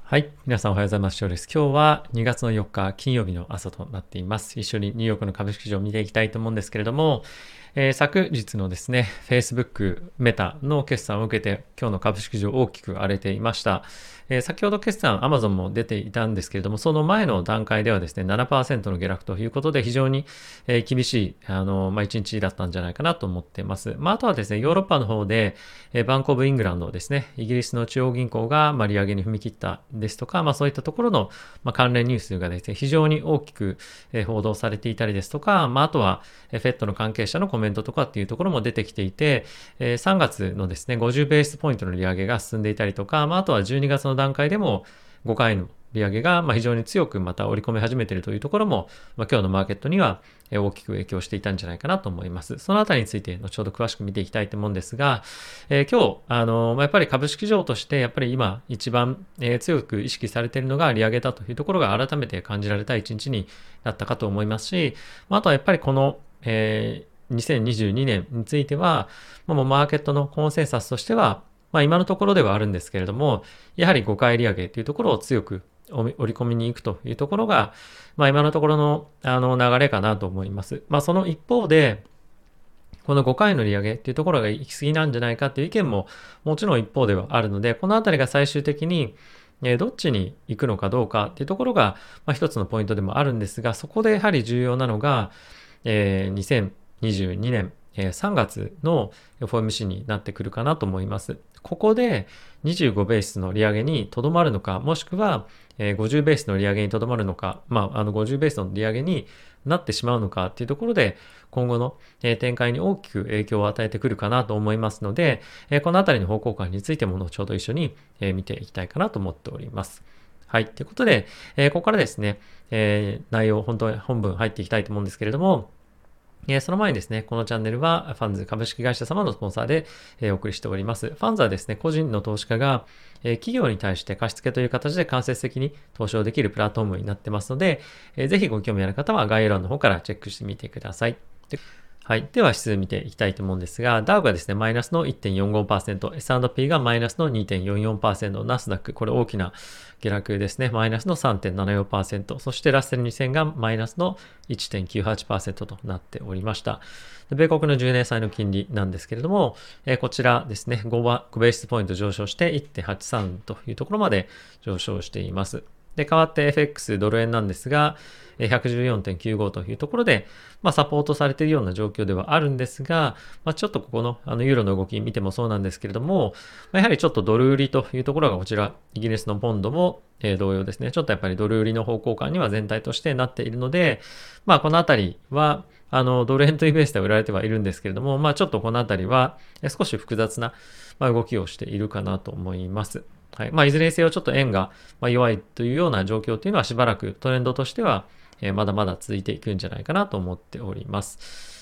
はい。皆さんおはようございます。翔です。今日は2月の4日金曜日の朝となっています。一緒にニューヨークの株式市場を見ていきたいと思うんですけれども、昨日のですね、Facebook メタの決算を受けて今日の株式市場大きく荒れていました。先ほど決算 Amazon も出ていたんですけれども、その前の段階ではですね、7% の下落ということで非常に厳しい1日だったんじゃないかなと思っています。あとはですね、ヨーロッパの方でバンコブイングランドですね、イギリスの中央銀行が利上げに踏み切ったですとか、そういったところの関連ニュースがですね、非常に大きく報道されていたりですとか、あとはFED の関係者のコメントとかっていうところも出てきていて、3月のですね、50ベースポイントの利上げが進んでいたりとか、あとは12月の段階でも5回の利上げが非常に強くまた織り込み始めているというところも、今日のマーケットには大きく影響していたんじゃないかなと思います。そのあたりについて後ほど詳しく見ていきたいと思うんですが、今日やっぱり株式市場としてやっぱり今一番強く意識されているのが利上げだというところが改めて感じられた一日になったかと思いますし、あとはやっぱりこの、2022年については、もうマーケットのコンセンサスとしては、今のところではあるんですけれども、やはり5回利上げというところを強く織り込みに行くというところが、今のところの流れかなと思います。その一方で、この5回の利上げっていうところが行き過ぎなんじゃないかっていう意見ももちろん一方ではあるので、このあたりが最終的にどっちに行くのかどうかっていうところが一つのポイントでもあるんですが、そこでやはり重要なのが、2022年3月の FOMC になってくるかなと思います。ここで25ベースの利上げにとどまるのか、もしくは50ベースの利上げにとどまるのか、50ベースの利上げになってしまうのかっていうところで、今後の展開に大きく影響を与えてくるかなと思いますので、このあたりの方向感についても後ほど一緒に見ていきたいかなと思っております。はい。ということで、ここからですね、内容、本文入っていきたいと思うんですけれども、その前にですね、このチャンネルはファンズ株式会社様のスポンサーでお送りしております。ファンズはですね、個人の投資家が企業に対して貸付という形で間接的に投資をできるプラットフォームになってますので、ぜひご興味ある方は概要欄の方からチェックしてみてください。はい。では、指数見ていきたいと思うんですが、ダウがですね、マイナスの 1.45%、S&P がマイナスの 2.44%、ナスダック、これ大きな下落ですね、マイナスの 3.74%、そしてラッセル2000がマイナスの 1.98% となっておりました。米国の10年債の金利なんですけれども、こちらですね、5ベースポイント上昇して 1.83 というところまで上昇しています。で、代わって FX ドル円なんですが、114.95 というところで、サポートされているような状況ではあるんですが、ちょっとここのユーロの動き見てもそうなんですけれども、やはりちょっとドル売りというところがこちら、イギリスのポンドも同様ですね、ちょっとやっぱりドル売りの方向感には全体としてなっているので、このあたりは、ドル円というベースでは売られてはいるんですけれども、ちょっとこのあたりは少し複雑な動きをしているかなと思います。はい。いずれにせよちょっと円が弱いというような状況というのはしばらくトレンドとしてはまだまだ続いていくんじゃないかなと思っております。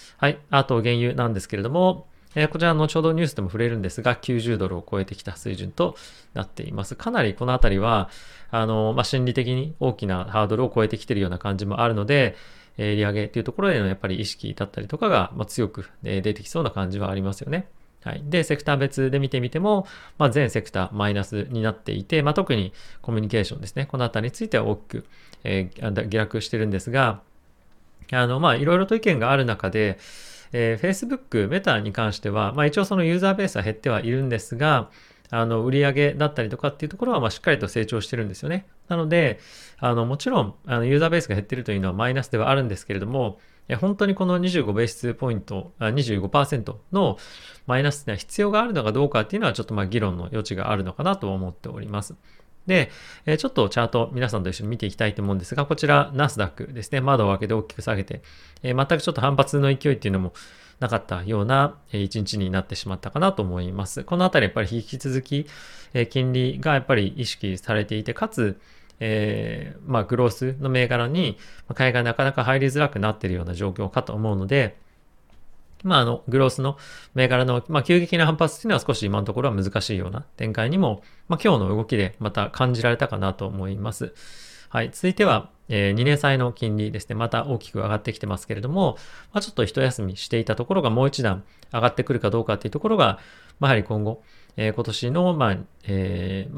はい。あと原油なんですけれども、こちら後ほどニュースでも触れるんですが、90ドルを超えてきた水準となっています。かなりこのあたりは、心理的に大きなハードルを超えてきているような感じもあるので、利上げというところへのやっぱり意識だったりとかが強く出てきそうな感じはありますよね。はい。で、セクター別で見てみても、全セクターマイナスになっていて、特にコミュニケーションですね。このあたりについては大きく、下落してるんですが、いろいろと意見がある中で、Facebook、メタに関しては、一応そのユーザーベースは減ってはいるんですが、売上だったりとかっていうところは、しっかりと成長してるんですよね。なので、もちろん、ユーザーベースが減ってるというのはマイナスではあるんですけれども、本当にこの25ベースポイント、25% のマイナスには必要があるのかどうかっていうのはちょっと議論の余地があるのかなと思っております。で、ちょっとチャート皆さんと一緒に見ていきたいと思うんですが、こちらナスダックですね、窓を開けて大きく下げて、全くちょっと反発の勢いっていうのもなかったような一日になってしまったかなと思います。このあたりやっぱり引き続き金利がやっぱり意識されていて、かつグロースの銘柄に買いがなかなか入りづらくなっているような状況かと思うので、グロースの銘柄の、急激な反発というのは少し今のところは難しいような展開にも、今日の動きでまた感じられたかなと思います。はい。続いては、2年債の金利ですね。また大きく上がってきてますけれども、ちょっと一休みしていたところがもう一段上がってくるかどうかっていうところが、やはり今後、今年の、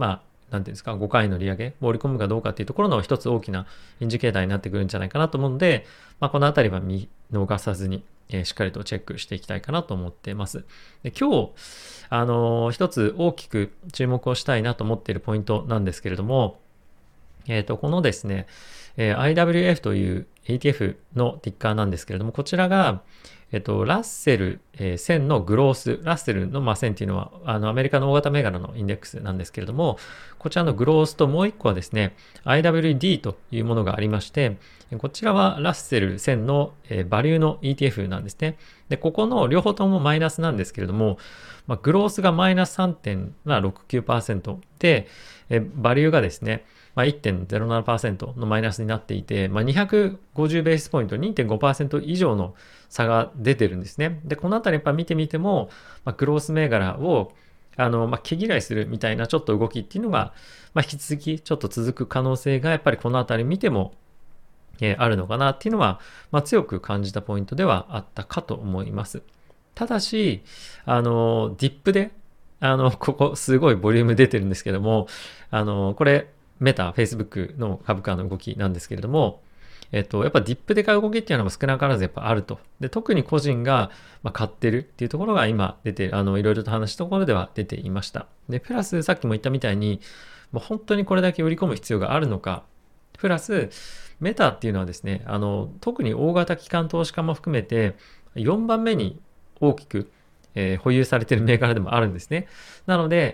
なんていうんですか、5回の利上げ、盛り込むかどうかっていうところの一つ大きなインジケーターになってくるんじゃないかなと思うので、このあたりは見逃さずに、しっかりとチェックしていきたいかなと思っています。で今日、一つ大きく注目をしたいなと思っているポイントなんですけれども、このですね、IWF という ETF のティッカーなんですけれども、こちらが、ラッセル、1000のグロース、ラッセルの、1000っていうのは、アメリカの大型銘柄のインデックスなんですけれども、こちらのグロースともう一個はですね、IWD というものがありまして、こちらはラッセル1000の、バリューの ETF なんですね。で、ここの両方ともマイナスなんですけれども、グロースがマイナス 3.69% で、バリューがですね、1.07% のマイナスになっていて、250ベースポイント 2.5% 以上の差が出てるんですね。で、このあたりやっぱ見てみても、グロース銘柄を毛嫌いするみたいなちょっと動きっていうのが、引き続きちょっと続く可能性がやっぱりこのあたり見ても、あるのかなっていうのは、強く感じたポイントではあったかと思います。ただし、ディップで、ここすごいボリューム出てるんですけども、これ、メタ、Facebook の株価の動きなんですけれども、やっぱディップで買う動きっていうのも少なからずやっぱあると。で、特に個人が買ってるっていうところが今出て、いろいろと話したところでは出ていました。で、プラスさっきも言ったみたいに、もう本当にこれだけ売り込む必要があるのか、プラス、メタっていうのはですね、特に大型機関投資家も含めて、4番目に大きく、保有されている銘柄でもあるんですね。なので、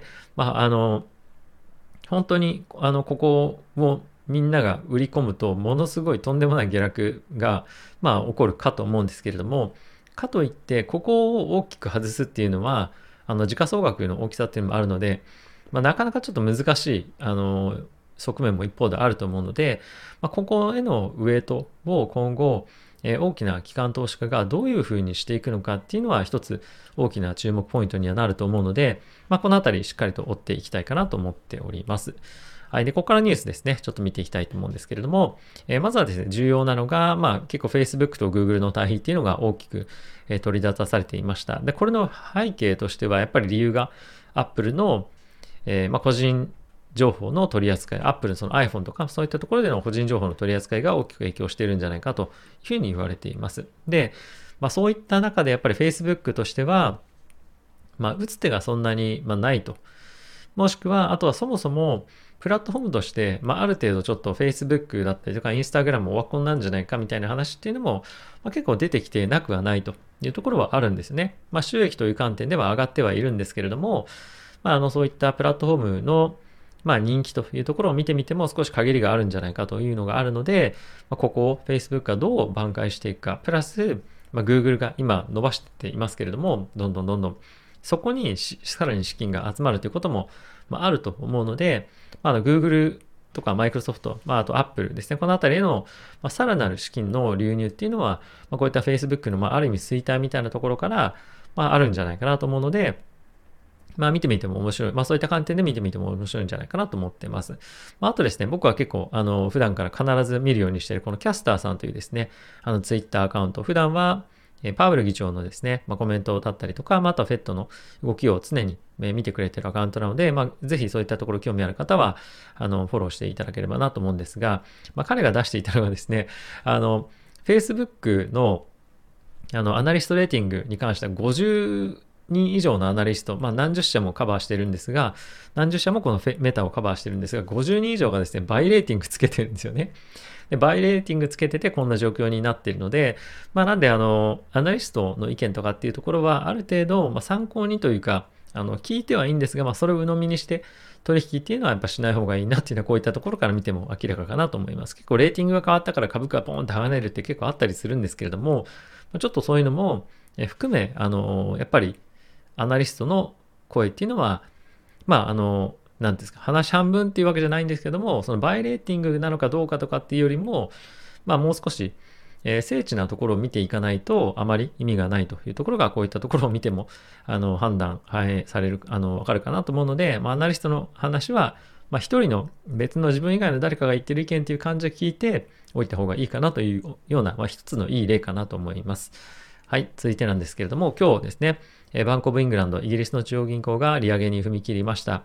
本当にここをみんなが売り込むとものすごいとんでもない下落が起こるかと思うんですけれども、かといってここを大きく外すっていうのは時価総額の大きさっていうのもあるので、なかなかちょっと難しい側面も一方であると思うので、ここへのウェイトを今後大きな機関投資家がどういうふうにしていくのかっていうのは一つ大きな注目ポイントにはなると思うので、このあたりしっかりと追っていきたいかなと思っております。はい。で、ここからニュースですね、ちょっと見ていきたいと思うんですけれども、まずはですね、重要なのが、結構 Facebook と Google の対比っていうのが大きく、取り出されていました。で、これの背景としては、やっぱり理由が Apple の、個人情報の取り扱い、Apple のその iPhone とかそういったところでの個人情報の取り扱いが大きく影響しているんじゃないかというふうに言われています。で、そういった中でやっぱり Facebook としては、打つ手がそんなにないと。もしくは、あとはそもそもプラットフォームとして、ある程度ちょっと Facebook だったりとか Instagram もオワコンなんじゃないかみたいな話っていうのも、結構出てきてなくはないというところはあるんですね。収益という観点では上がってはいるんですけれども、そういったプラットフォームの人気というところを見てみても少し限りがあるんじゃないかというのがあるので、ここを Facebook がどう挽回していくか、プラス、Google が今伸ばしていますけれども、どんどんそこにさらに資金が集まるということもあると思うので、Google とか Microsoft、あと Apple ですね、このあたりへのさらなる資金の流入っていうのは、こういった Facebook のある意味衰退みたいなところからあるんじゃないかなと思うので、見てみても面白い。そういった観点で見てみても面白いんじゃないかなと思ってます。あとですね、僕は結構、普段から必ず見るようにしている、このキャスターさんというですね、ツイッターアカウント。普段は、パウエル議長のですね、コメントを立ったりとか、あとは FED の動きを常に見てくれているアカウントなので、ぜひそういったところ興味ある方は、フォローしていただければなと思うんですが、彼が出していたのがですね、Facebook の、アナリストレーティングに関しては50人以上のアナリスト、何十社もカバーしてるんですが、何十社もこのメタをカバーしてるんですが、50人以上がですね、バイレーティングつけてるんですよね。で、バイレーティングつけててこんな状況になっているので、なんでアナリストの意見とかっていうところは、ある程度、参考にというか、聞いてはいいんですが、それを鵜呑みにして取引っていうのはやっぱしない方がいいなっていうのはこういったところから見ても明らかかなと思います。結構レーティングが変わったから株価がポーンと跳ねるって結構あったりするんですけれども、ちょっとそういうのも含め、やっぱりアナリストの声っていうのは、なんですか、話半分っていうわけじゃないんですけども、そのバイレーティングなのかどうかとかっていうよりも、もう少し、精緻なところを見ていかないとあまり意味がないというところが、こういったところを見ても、判断、反映される、わかるかなと思うので、アナリストの話は、一人の別の自分以外の誰かが言ってる意見という感じで聞いておいた方がいいかなというような、一つのいい例かなと思います。はい、続いてなんですけれども、今日ですね、バンコブイングランド、イギリスの中央銀行が利上げに踏み切りました。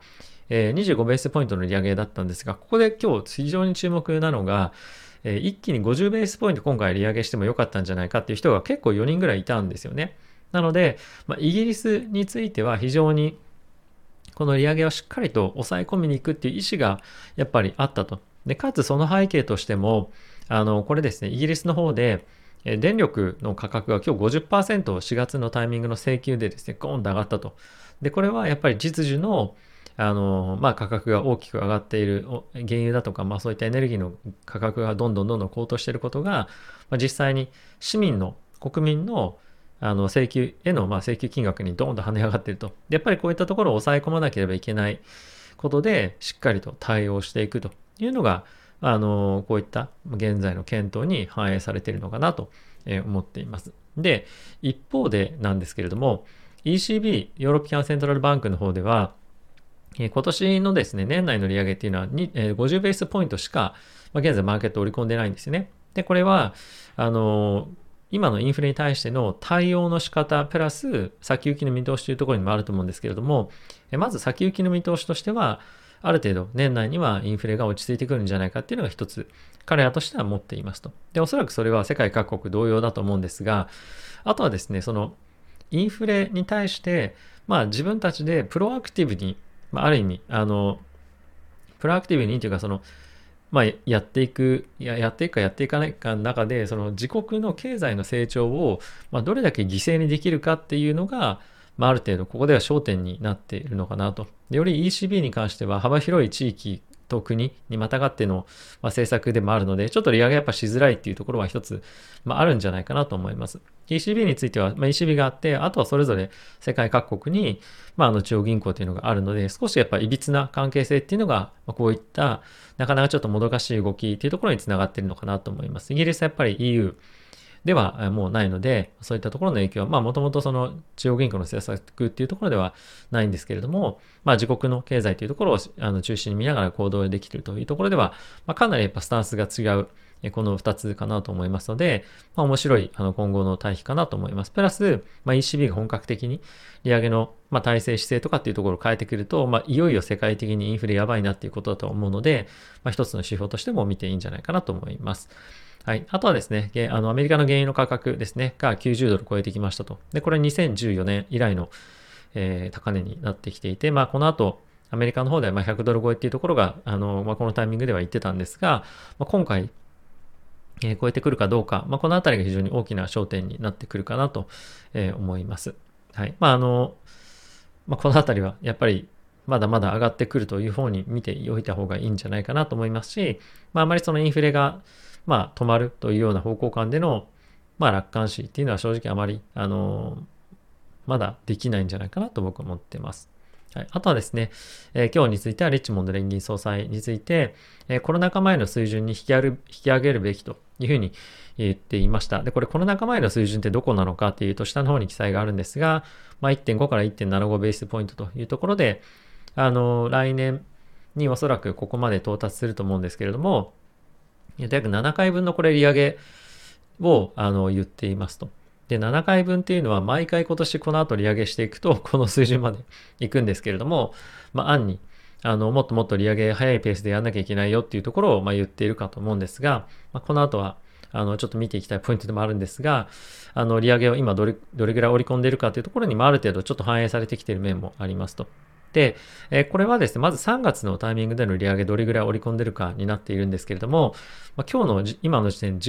25ベースポイントの利上げだったんですが、ここで今日非常に注目なのが、一気に50ベースポイント今回利上げしてもよかったんじゃないかっていう人が結構4人ぐらいいたんですよね。なので、イギリスについては非常にこの利上げをしっかりと抑え込みに行くっていう意思がやっぱりあったと。で、かつその背景としても、これですね、イギリスの方で、電力の価格が今日 50% 4月のタイミングの請求でですね、ゴーンと上がったと。で、これはやっぱり実需の価格が大きく上がっている原油だとか、そういったエネルギーの価格がどんどん高騰していることが、実際に市民の、国民の請求への請求金額にドーンと跳ね上がっていると。で、やっぱりこういったところを抑え込まなければいけないことで、しっかりと対応していくというのが、こういった現在の検討に反映されているのかなと思っています。で、一方でなんですけれども、ECB、ヨーロピアンセントラルバンクの方では、今年のですね、年内の利上げっていうのは50ベースポイントしか、現在マーケットを織り込んでないんですよね。で、これは、今のインフレに対しての対応の仕方プラス先行きの見通しというところにもあると思うんですけれども、まず先行きの見通しとしては、ある程度年内にはインフレが落ち着いてくるんじゃないかっていうのが一つ彼らとしては持っていますと。で、おそらくそれは世界各国同様だと思うんですが、あとはですね、そのインフレに対して、自分たちでプロアクティブに、ある意味、プロアクティブにというかやっていくかやっていかないかの中で、その自国の経済の成長を、どれだけ犠牲にできるかっていうのが、ある程度ここでは焦点になっているのかなと。で、より ECB に関しては幅広い地域と国にまたがっての、政策でもあるので、ちょっと利上げやっぱしづらいっていうところは一つ、あるんじゃないかなと思います。ECB については、ECB があって、あとはそれぞれ世界各国に、中央銀行というのがあるので、少しやっぱいびつな関係性っていうのが、こういったなかなかちょっともどかしい動きっていうところにつながっているのかなと思います。イギリスはやっぱり EUではもうないので、そういったところの影響は、もともとその中央銀行の政策っていうところではないんですけれども、自国の経済というところを中心に見ながら行動できているというところでは、かなりやっぱスタンスが違う、この2つかなと思いますので、面白い今後の対比かなと思います。プラス、ECB が本格的に利上げの体制姿勢とかっていうところを変えてくると、いよいよ世界的にインフレやばいなっていうことだと思うので、一つの指標としても見ていいんじゃないかなと思います。はい。あとはですね、アメリカの原油の価格ですね、が90ドル超えてきましたと。で、これ2014年以来の、高値になってきていて、この後、アメリカの方では100ドル超えっていうところが、このタイミングでは言ってたんですが、今回、超えてくるかどうか、このあたりが非常に大きな焦点になってくるかなと、思います。はい。このあたりはやっぱりまだまだ上がってくるという方に見ておいた方がいいんじゃないかなと思いますし、あまりそのインフレが止まるというような方向感での楽観視っていうのは正直あまりまだできないんじゃないかなと僕は思っています。はい、あとはですね、今日についてはリッチモンド連銀総裁について、コロナ禍前の水準に引き上げるべきというふうに言っていました。で、これコロナ禍前の水準ってどこなのかっていうと下の方に記載があるんですが、1.5 から 1.75 ベースポイントというところで、来年におそらくここまで到達すると思うんですけれども、約7回分のこれ利上げを言っていますと。で、7回分っていうのは毎回今年この後利上げしていくとこの水準まで行くんですけれども、暗にもっともっと利上げ早いペースでやんなきゃいけないよっていうところを言っているかと思うんですが、この後はちょっと見ていきたいポイントでもあるんですが、利上げを今どれぐらい織り込んでいるかというところにもある程度ちょっと反映されてきている面もありますと。で、これはですね、まず3月のタイミングでの利上げどれぐらい織り込んでいるかになっているんですけれども、今日の今の時点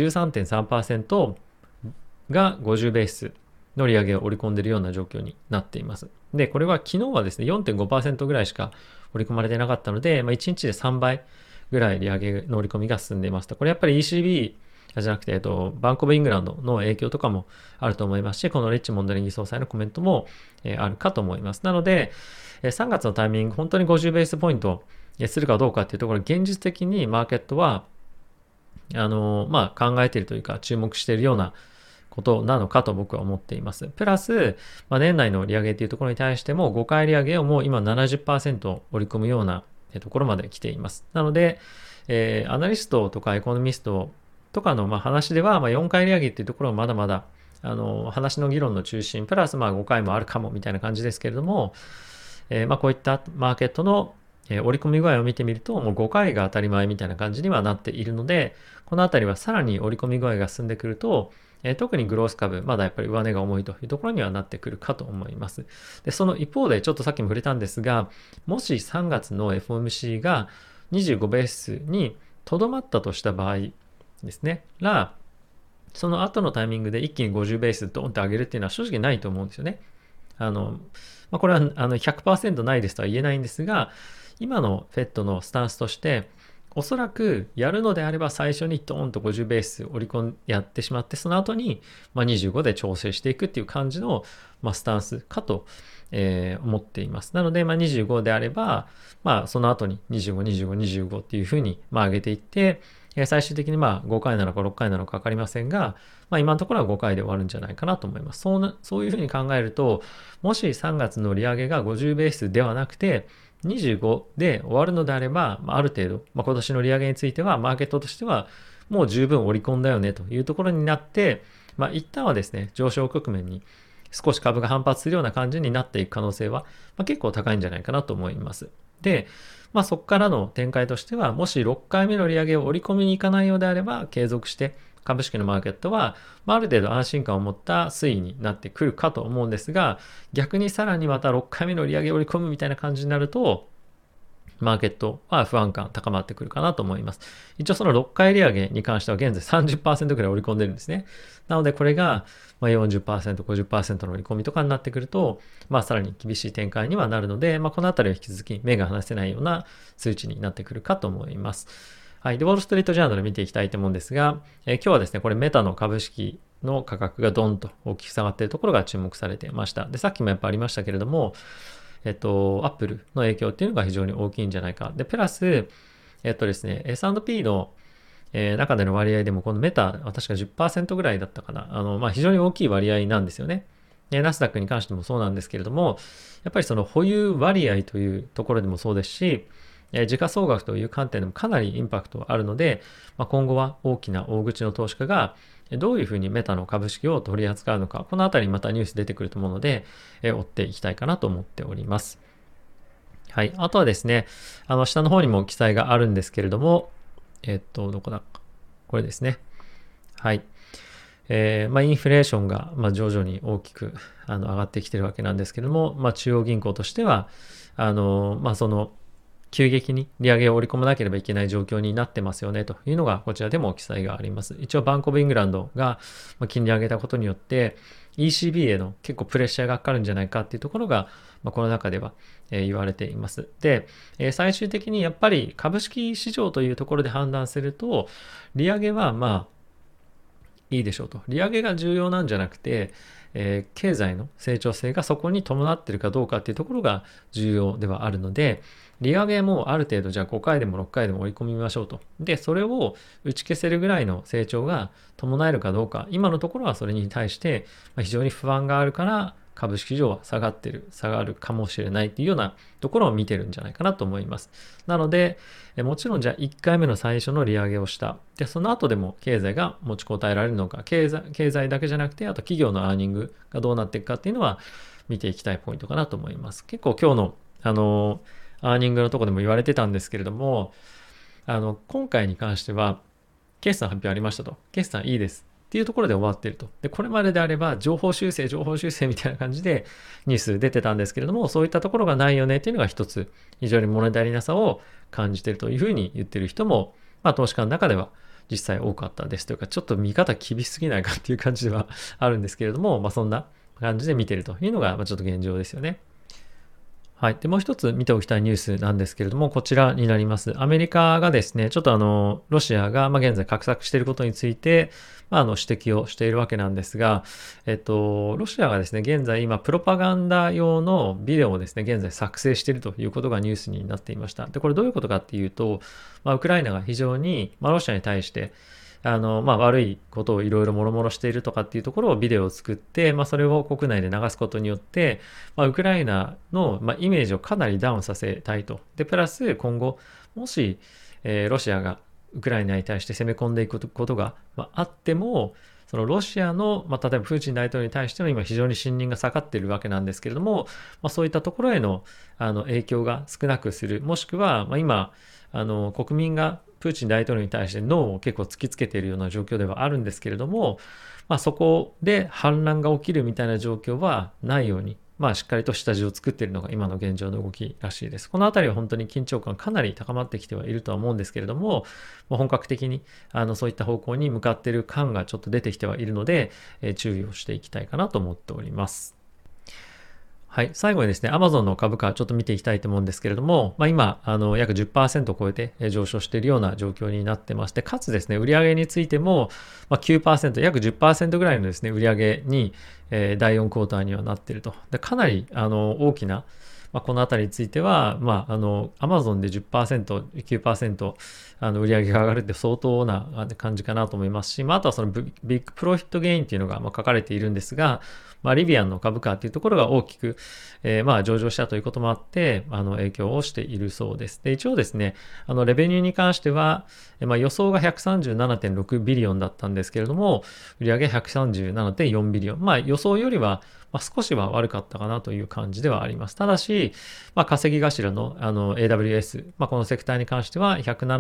13.3% が50ベースの利上げを織り込んでいるような状況になっています。で、これは昨日はですね、4.5% ぐらいしか織り込まれてなかったので、1日で3倍ぐらい利上げの織り込みが進んでいました。これやっぱり ECB じゃなくて、バンクオブイングランドの影響とかもあると思いますし、このリッチモンド連銀総裁のコメントもあるかと思います。なので、3月のタイミング、本当に50ベースポイントするかどうかっていうところ、現実的にマーケットは、考えているというか、注目しているようなことなのかと僕は思っています。プラス、年内の利上げというところに対しても、5回利上げをもう今 70% 織り込むようなところまで来ています。なので、アナリストとかエコノミストとかの話では、4回利上げっていうところはまだまだ、話の議論の中心、プラス5回もあるかもみたいな感じですけれども、こういったマーケットの織り込み具合を見てみると、もう5回が当たり前みたいな感じにはなっているので、このあたりはさらに織り込み具合が進んでくると、特にグロース株、まだやっぱり上値が重いというところにはなってくるかと思います。で、その一方で、ちょっとさっきも触れたんですが、もし3月の FOMC が25ベースにとどまったとした場合ですね、その後のタイミングで一気に50ベースドンって上げるっていうのは正直ないと思うんですよね。これは100% ないですとは言えないんですが、今の FED のスタンスとして、おそらくやるのであれば最初にドーンと50ベース織り込んやってしまって、その後に25で調整していくっていう感じのスタンスかと思っています。なので25であれば、その後に25、25、25っていうふうに上げていって、最終的に5回なのか6回なのか分かりませんが、今のところは5回で終わるんじゃないかなと思います。そういうふうに考えると、もし3月の利上げが50ベースではなくて、25で終わるのであれば、ある程度、今年の利上げについては、マーケットとしてはもう十分織り込んだよねというところになって、一旦はですね、上昇局面に少し株が反発するような感じになっていく可能性は、結構高いんじゃないかなと思います。で、そこからの展開としては、もし6回目の利上げを織り込みに行かないようであれば、継続して株式のマーケットは、ある程度安心感を持った推移になってくるかと思うんですが、逆にさらにまた6回目の利上げを織り込むみたいな感じになると、マーケットは不安感高まってくるかなと思います。一応その6回利上げに関しては現在 30% くらい織り込んでるんですね。なのでこれが 40%、50% の織り込みとかになってくると、さらに厳しい展開にはなるので、このあたりは引き続き目が離せないような数値になってくるかと思います。はい。で、ウォールストリートジャーナル見ていきたいと思うんですが、今日はですね、これメタの株式の価格がドンと大きく下がっているところが注目されていました。で、さっきもやっぱありましたけれども、アップルの影響っていうのが非常に大きいんじゃないか。で、プラス、ですね、S&P の中での割合でもこのメタ、確か 10% ぐらいだったかな。非常に大きい割合なんですよね。ナスダックに関してもそうなんですけれども、やっぱりその保有割合というところでもそうですし、時価総額という観点でもかなりインパクトあるので、今後は大きな大口の投資家がどういうふうにメタの株式を取り扱うのか、このあたりまたニュース出てくると思うので、追っていきたいかなと思っております。はい。あとはですね、下の方にも記載があるんですけれども、どこだこれですね。はい。インフレーションが徐々に大きく上がってきてるわけなんですけれども、中央銀行としては、その急激に利上げを織り込まなければいけない状況になってますよねというのがこちらでも記載があります。一応バンコブイングランドが金利上げたことによって ECB への結構プレッシャーがかかるんじゃないかっていうところがこの中では言われています。で、最終的にやっぱり株式市場というところで判断すると利上げはいいでしょうと。利上げが重要なんじゃなくて、経済の成長性がそこに伴っているかどうかっていうところが重要ではあるので、利上げもある程度じゃあ5回でも6回でも追い込みましょうと。で、それを打ち消せるぐらいの成長が伴えるかどうか、今のところはそれに対して非常に不安があるから株式市場は下がるかもしれないっていうようなところを見てるんじゃないかなと思います。なので、もちろんじゃあ1回目の最初の利上げをした。で、その後でも経済が持ちこたえられるのか、経済だけじゃなくて、あと企業のアーニングがどうなっていくかっていうのは見ていきたいポイントかなと思います。結構今日のアーニングのところでも言われてたんですけれども、今回に関しては、決算発表ありましたと。決算いいです。っていうところで終わっていると。で、これまでであれば、情報修正みたいな感じでニュース出てたんですけれども、そういったところがないよねっていうのが一つ、非常に物足りなさを感じているというふうに言ってる人も、投資家の中では実際多かったですというか、ちょっと見方厳しすぎないかっていう感じではあるんですけれども、そんな感じで見ているというのが、ちょっと現状ですよね。はい。で、もう一つ見ておきたいニュースなんですけれども、こちらになります。アメリカがですね、ちょっとロシアが現在画策していることについて、指摘をしているわけなんですが、ロシアがですね、現在今、プロパガンダ用のビデオをですね、現在作成しているということがニュースになっていました。で、これどういうことかっていうと、ウクライナが非常に、ロシアに対して、悪いことをいろいろもろもろしているとかっていうところをビデオを作って、それを国内で流すことによって、ウクライナの、イメージをかなりダウンさせたいと。で、プラス今後、もし、ロシアがウクライナに対して攻め込んでいくことがあっても、 そのロシアの、例えばプーチン大統領に対しての今非常に信任が下がっているわけなんですけれども、そういったところへの、影響が少なくする、もしくは、今、国民がプーチン大統領に対してノーを結構突きつけているような状況ではあるんですけれども、そこで反乱が起きるみたいな状況はないように、しっかりと下地を作っているのが今の現状の動きらしいです。このあたりは本当に緊張感かなり高まってきてはいるとは思うんですけれども、本格的にそういった方向に向かっている感がちょっと出てきてはいるので、注意をしていきたいかなと思っております。はい。最後にですね、Amazon の株価ちょっと見ていきたいと思うんですけれども、今、約 10% を超えて上昇しているような状況になってまして、かつですね、売上についても、9%、約 10% ぐらいのですね、売上に、第4クォーターにはなっていると。で、かなり、大きな、このあたりについては、Amazon で 10%、9%、売上が上がるって相当な感じかなと思いますし、あとはそのビッグプロフィットゲインっていうのが書かれているんですが、リビアンの株価っていうところが大きく、上場したということもあって、影響をしているそうです。で、一応ですね、レベニューに関しては、予想が 137.6 ビリオンだったんですけれども、売上 137.4 ビリオン。予想よりは、少しは悪かったかなという感じではあります。ただし、稼ぎ頭のAWS、このセクターに関しては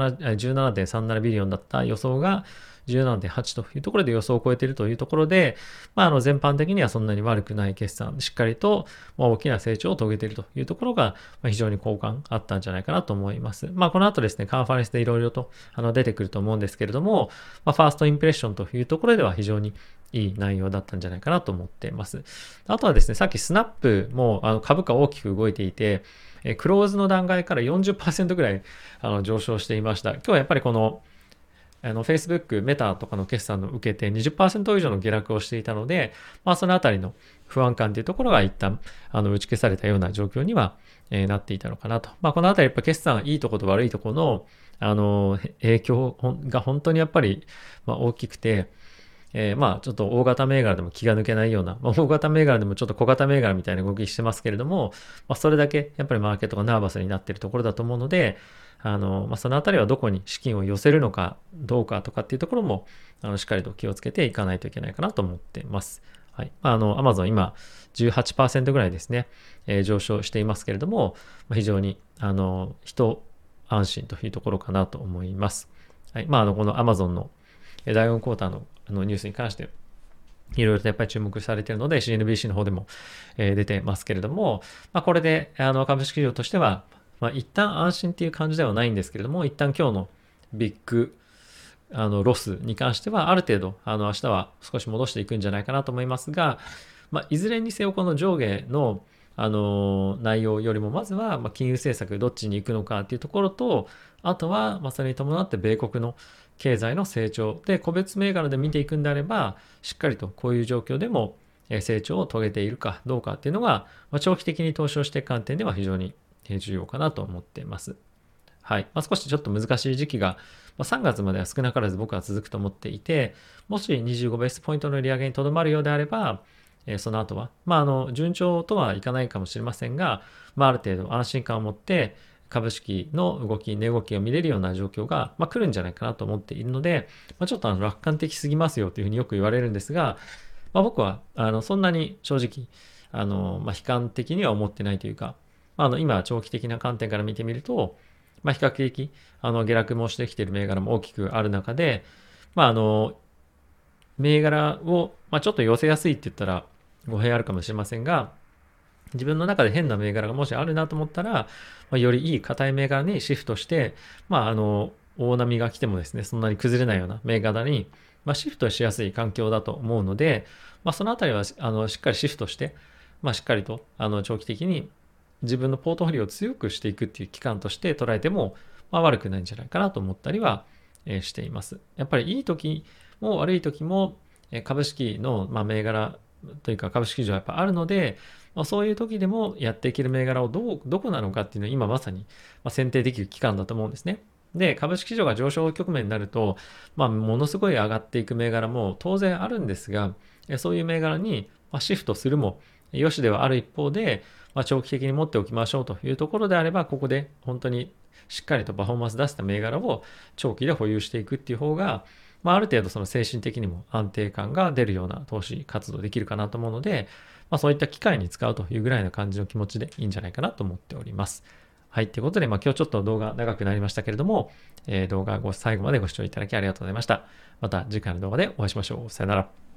17.37ビリオンだった予想が17.8というところで予想を超えているというところで、全般的にはそんなに悪くない決算、しっかりと大きな成長を遂げているというところが非常に好感あったんじゃないかなと思います。この後ですね、カンファレンスでいろいろと出てくると思うんですけれども、ファーストインプレッションというところでは非常にいい内容だったんじゃないかなと思っています。あとはですね、さっきスナップも株価大きく動いていて、クローズの段階から 40% ぐらい上昇していました。今日はやっぱりこのFacebook、メタとかの決算の受けて 20% 以上の下落をしていたので、そのあたりの不安感というところが一旦打ち消されたような状況には、なっていたのかなと。このあたりやっぱ決算いいところと悪いところの影響が本当にやっぱり大きくて、ちょっと大型銘柄でも気が抜けないような、大型銘柄でもちょっと小型銘柄みたいな動きしてますけれども、それだけやっぱりマーケットがナーバスになっているところだと思うので、そのあたりはどこに資金を寄せるのかどうかとかっていうところも、しっかりと気をつけていかないといけないかなと思っています。はい。Amazon 今 18% ぐらいですね、上昇していますけれども、非常に、一安心というところかなと思います。はい。この Amazon の第4クォーターのニュースに関していろいろとやっぱり注目されているので CNBC の方でも出てますけれども、これで株式市場としては一旦安心っていう感じではないんですけれども、一旦今日のビッグロスに関してはある程度明日は少し戻していくんじゃないかなと思いますが、いずれにせよこの上下の内容よりもまずは金融政策どっちに行くのかっていうところと、あとはそれに伴って米国の経済の成長で個別銘柄で見ていくんであれば、しっかりとこういう状況でも成長を遂げているかどうかっていうのが長期的に投資をしていく観点では非常に重要かなと思っています。はい。少しちょっと難しい時期が3月までは少なからず僕は続くと思っていて、もし25ベースポイントの利上げにとどまるようであれば、その後は、順調とはいかないかもしれませんが、ある程度安心感を持って株式の動き、値動きを見れるような状況が、来るんじゃないかなと思っているので、ちょっと楽観的すぎますよというふうによく言われるんですが、僕はそんなに正直悲観的には思ってないというか、今長期的な観点から見てみると、比較的下落もしてきている銘柄も大きくある中で、銘柄を、ちょっと寄せやすいって言ったら語弊あるかもしれませんが、自分の中で変な銘柄がもしあるなと思ったら、よりいい硬い銘柄にシフトして、大波が来てもですね、そんなに崩れないような銘柄に、シフトしやすい環境だと思うので、そのあたりはしっかりシフトして、しっかりと長期的に自分のポートフォリオを強くしていくっていう期間として捉えても、悪くないんじゃないかなと思ったりはしています。やっぱりいい時も悪い時も株式の銘柄というか株式市場はやっぱあるので、そういう時でもやっていける銘柄をどこなのかっていうのを今まさに選定できる期間だと思うんですね。で、株式市場が上昇局面になると、ものすごい上がっていく銘柄も当然あるんですが、そういう銘柄にシフトするも良しではある一方で、長期的に持っておきましょうというところであれば、ここで本当にしっかりとパフォーマンス出した銘柄を長期で保有していくっていう方が、 ある程度その精神的にも安定感が出るような投資活動できるかなと思うので、そういった機会に使うというぐらいの感じの気持ちでいいんじゃないかなと思っております。はい。ということで、今日ちょっと動画長くなりましたけれども、動画最後までご視聴いただきありがとうございました。また次回の動画でお会いしましょう。さよなら。